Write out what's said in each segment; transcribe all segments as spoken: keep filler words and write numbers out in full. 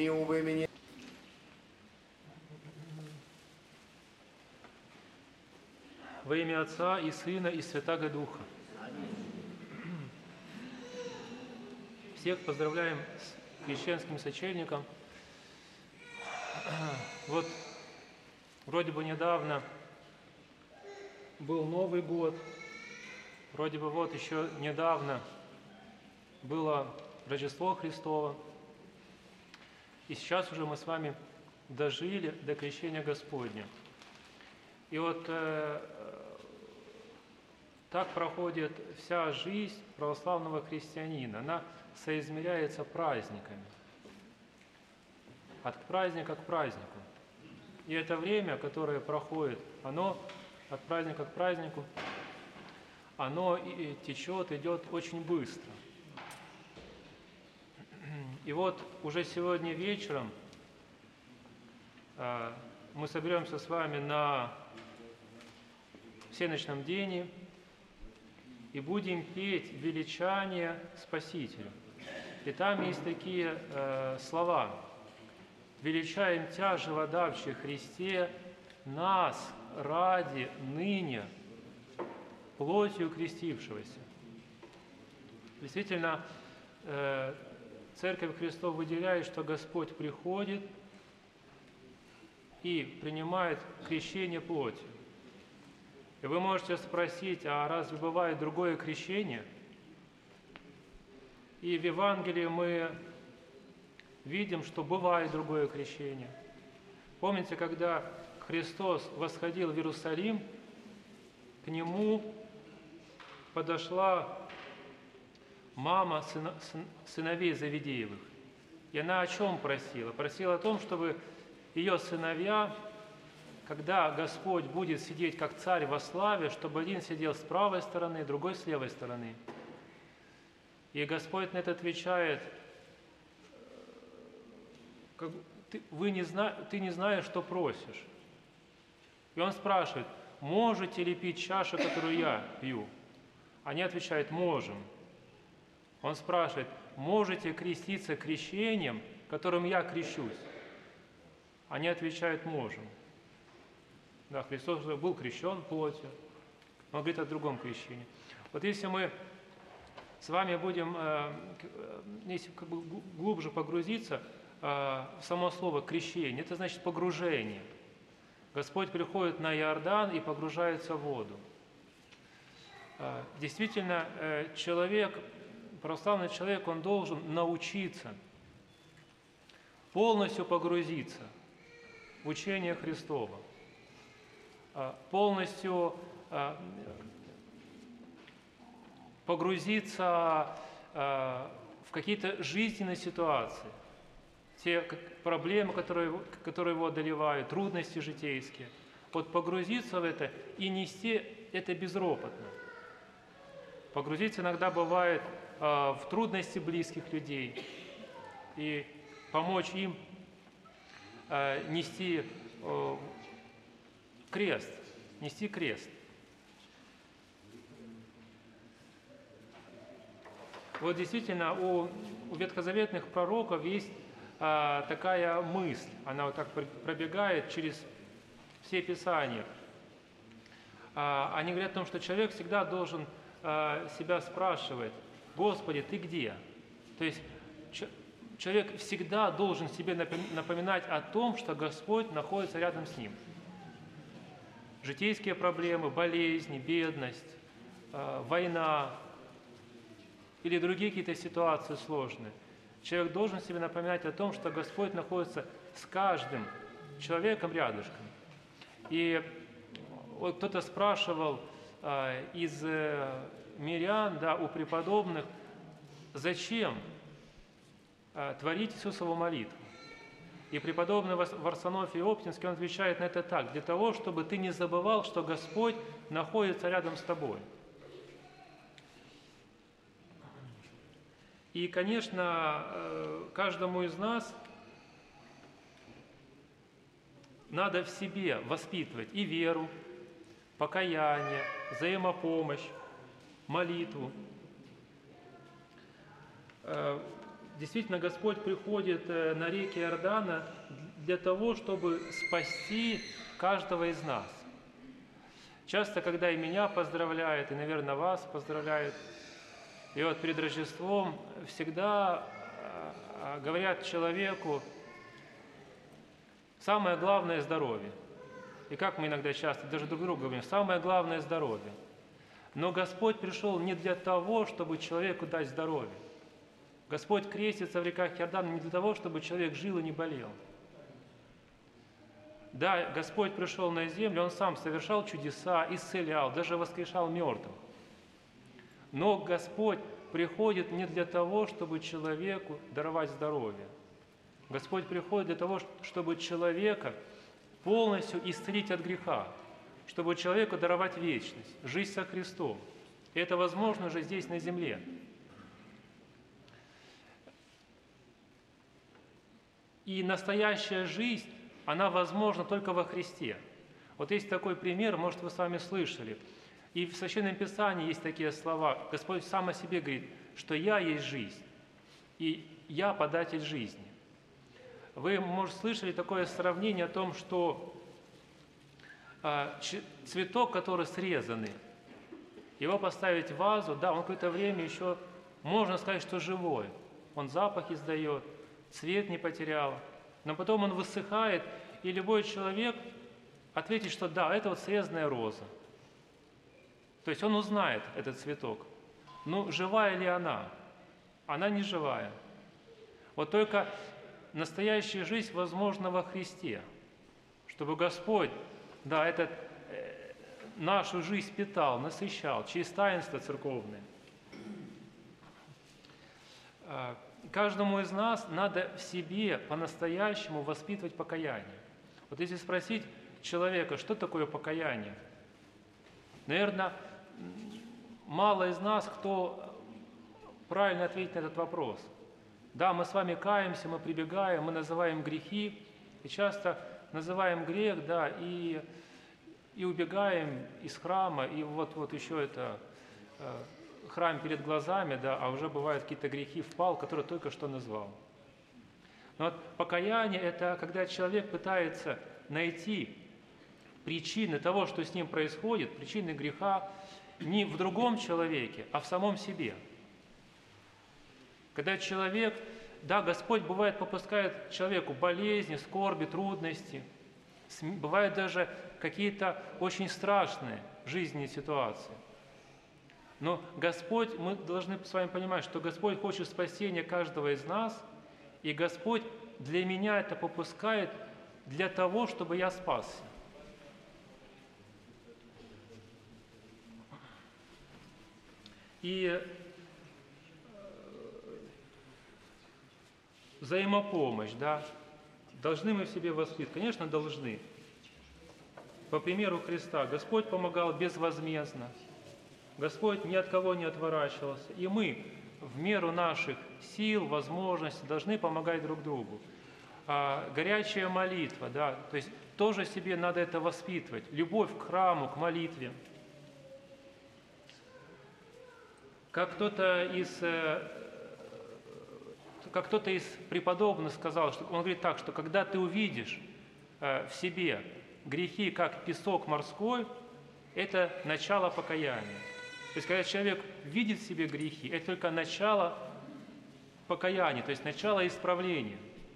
во имя Во имя Отца и Сына и Святаго Духа. Всех поздравляем с крещенским сочельником. Вот вроде бы недавно был Новый год, вроде бы вот еще недавно было Рождество Христово, и сейчас уже мы с вами дожили до крещения Господня. И вот э, так проходит вся жизнь православного христианина. Она соизмеряется праздниками. От праздника к празднику. И это время, которое проходит, оно от праздника к празднику, оно и течет, идет очень быстро. И вот уже сегодня вечером э, мы соберемся с вами на всеночном дении и будем петь величание Спасителю. И там есть такие э, слова: «Величаем Тя, живодавче Христе, нас ради ныне плотью крестившегося». Действительно, э, Церковь Христова выделяет, что Господь приходит и принимает крещение плотью. И вы можете спросить, а разве бывает другое крещение? И в Евангелии мы видим, что бывает другое крещение. Помните, когда Христос восходил в Иерусалим, к Нему подошла мама сына, сыновей Завидеевых. И она о чем просила? Просила о том, чтобы ее сыновья, когда Господь будет сидеть как царь во славе, чтобы один сидел с правой стороны, другой с левой стороны. И Господь на это отвечает: как, ты, вы не зна, ты не знаешь, что просишь. И Он спрашивает: можете ли пить чашу, которую я пью? Они отвечают: можем. Он спрашивает: можете креститься крещением, которым я крещусь? Они отвечают: можем. Да, Христос был крещен плотью. Он говорит о другом крещении. Вот если мы с вами будем, если как бы глубже погрузиться в само слово крещение, это значит погружение. Господь приходит на Иордан и погружается в воду. Действительно, человек, православный человек, он должен научиться полностью погрузиться в учение Христово, полностью погрузиться в какие-то жизненные ситуации, те проблемы, которые, которые его одолевают, трудности житейские. Вот погрузиться в это и нести это безропотно. Погрузиться иногда бывает в трудности близких людей и помочь им нести крест, нести крест. Вот действительно у, у ветхозаветных пророков есть а, такая мысль, она вот так пробегает через все Писания. А, они говорят о том, что человек всегда должен а, себя спрашивать: Господи, Ты где? То есть ч- человек всегда должен себе напоминать о том, что Господь находится рядом с ним. Житейские проблемы, болезни, бедность, а, война или другие какие-то ситуации сложные. Человек должен себе напоминать о том, что Господь находится с каждым человеком рядышком. И вот кто-то спрашивал а, из э, мирян, да, у преподобных, зачем а, творить Иисусову молитву? И преподобный Варсонофий Оптинский, он отвечает на это так: для того, чтобы ты не забывал, что Господь находится рядом с тобой. И, конечно, каждому из нас надо в себе воспитывать и веру, покаяние, взаимопомощь, молитву. действительно Господь приходит на реки Иордана для того, чтобы спасти каждого из нас. Часто, когда и меня поздравляют, и, наверное, вас поздравляют, и вот перед Рождеством всегда говорят человеку, самое главное – здоровье. И как мы иногда часто даже друг другу говорим, самое главное – здоровье. Но Господь пришел не для того, чтобы человеку дать здоровье. Господь крестится в реках Иордана не для того, чтобы человек жил и не болел. Да, Господь пришел на землю, Он Сам совершал чудеса, исцелял, даже воскрешал мертвых. Но Господь приходит не для того, чтобы человеку даровать здоровье. Господь приходит для того, чтобы человека полностью исцелить от греха, чтобы человеку даровать вечность, жизнь со Христом. И это возможно уже здесь, на земле. И настоящая жизнь, она возможна только во Христе. Вот есть такой пример, может, вы с вами слышали. И в Священном Писании есть такие слова. Господь сам о себе говорит, что «Я есть жизнь, и Я податель жизни». Вы, может, слышали такое сравнение о том, что а, цветок, который срезанный, его поставить в вазу, да, он какое-то время еще, можно сказать, что живой. Он запах издает, цвет не потерял, но потом он высыхает, и любой человек ответит, что да, это вот срезанная роза. То есть он узнает этот цветок. Ну, живая ли она? Она не живая. Вот только настоящая жизнь возможна во Христе, чтобы Господь, да, этот, э, нашу жизнь питал, насыщал через таинство церковное. Каждому из нас надо в себе по-настоящему воспитывать покаяние. Вот если спросить человека, что такое покаяние, наверное, мало из нас, кто правильно ответит на этот вопрос. Да, мы с вами каемся, мы прибегаем, мы называем грехи, и часто называем грех, да, и, и убегаем из храма, и вот, вот еще это э, храм перед глазами, да, а уже бывают какие-то грехи впал, которые только что назвал. Но вот покаяние – это когда человек пытается найти причины того, что с ним происходит, причины греха не в другом человеке, а в самом себе. Когда человек, да, Господь бывает попускает человеку болезни, скорби, трудности, бывают даже какие-то очень страшные жизненные ситуации. Но Господь, мы должны с вами понимать, что Господь хочет спасения каждого из нас, и Господь для меня это попускает для того, чтобы я спасся. И взаимопомощь, да, должны мы в себе воспитывать? Конечно, должны. По примеру Христа, Господь помогал безвозмездно, Господь ни от кого не отворачивался, и мы в меру наших сил, возможностей должны помогать друг другу. А, горячая молитва, да, то есть тоже себе надо это воспитывать, любовь к храму, к молитве. Как кто-то из, как кто-то из преподобных сказал, что, он говорит так, что когда ты увидишь в себе грехи, как песок морской, это начало покаяния. То есть, когда человек видит в себе грехи, это только начало покаяния, то есть начало исправления.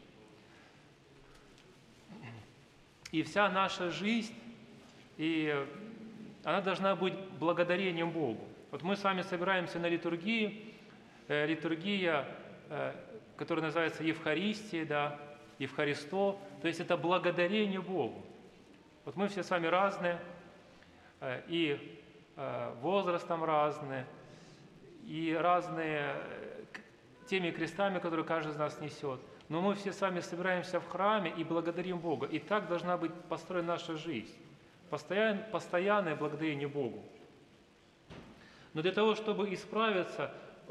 И вся наша жизнь, и она должна быть благодарением Богу. Вот мы с вами собираемся на литургии, э, литургия, э, которая называется Евхаристия, да, Евхаристо, то есть это благодарение Богу. Вот мы все с вами разные, э, и э, возрастом разные, и разные теми крестами, которые каждый из нас несет. Но мы все с вами собираемся в храме и благодарим Бога. И так должна быть построена наша жизнь. Постоян, постоянное благодарение Богу. Но для того, чтобы исправиться,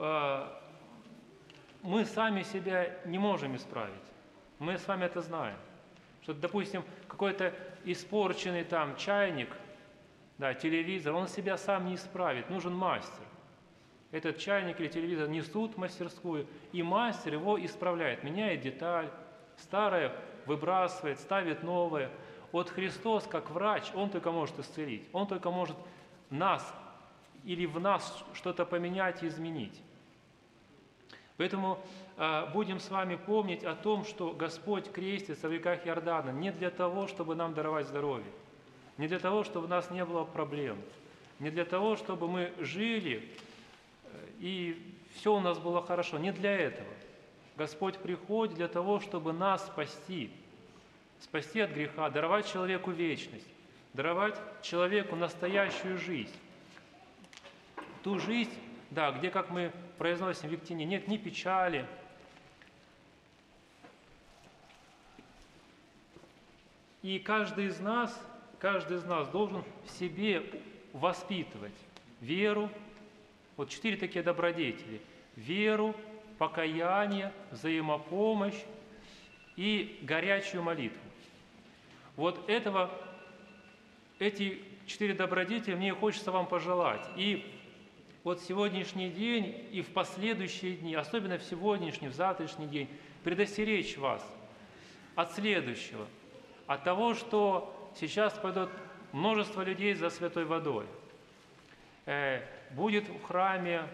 мы сами себя не можем исправить. Мы с вами это знаем. Что, допустим, какой-то испорченный там чайник, да, телевизор, он себя сам не исправит, нужен мастер. этот чайник или телевизор несут в мастерскую, и мастер его исправляет, меняет деталь, старое выбрасывает, ставит новое. Вот Христос, как врач, Он только может исцелить, Он только может нас или в нас что-то поменять и изменить. Поэтому э, будем с вами помнить о том, что Господь крестится в реках Иордана не для того, чтобы нам даровать здоровье, не для того, чтобы у нас не было проблем, не для того, чтобы мы жили и все у нас было хорошо, не для этого. Господь приходит для того, чтобы нас спасти, спасти от греха, даровать человеку вечность, даровать человеку настоящую жизнь. Ту жизнь, да, где, как мы произносим в Ектине, нет ни печали, и каждый из нас, каждый из нас должен в себе воспитывать веру, вот четыре такие добродетели: веру, покаяние, взаимопомощь и горячую молитву. Вот этого, эти четыре добродетели мне хочется вам пожелать. И вот в сегодняшний день и в последующие дни, особенно в сегодняшний, в завтрашний день, предостеречь вас от следующего, от того, что сейчас пойдет множество людей за святой водой. Э, будет в храме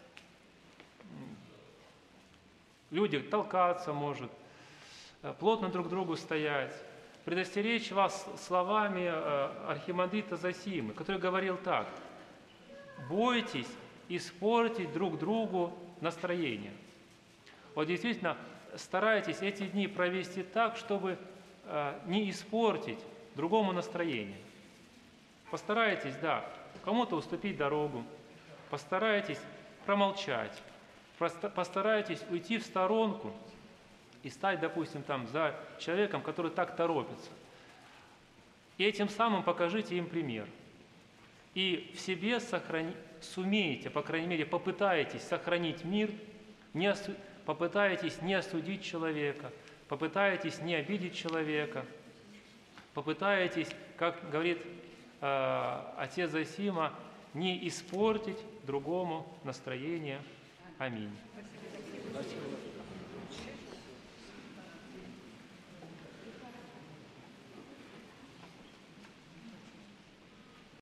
люди толкаться, может, плотно друг к другу стоять. Предостеречь вас словами архимандрита Зосимы, который говорил так: бойтесь испортить друг другу настроение. Вот действительно, старайтесь эти дни провести так, чтобы не испортить другому настроение. Постарайтесь, да, кому-то уступить дорогу, постарайтесь промолчать, постарайтесь уйти в сторонку и стать, допустим, там за человеком, который так торопится. И этим самым покажите им пример. И в себе сохрани... сумеете, по крайней мере, попытаетесь сохранить мир, не осу... попытаетесь не осудить человека, попытаетесь не обидеть человека, попытаетесь, как говорит э, отец Зосима, не испортить другому настроение. Аминь. Спасибо.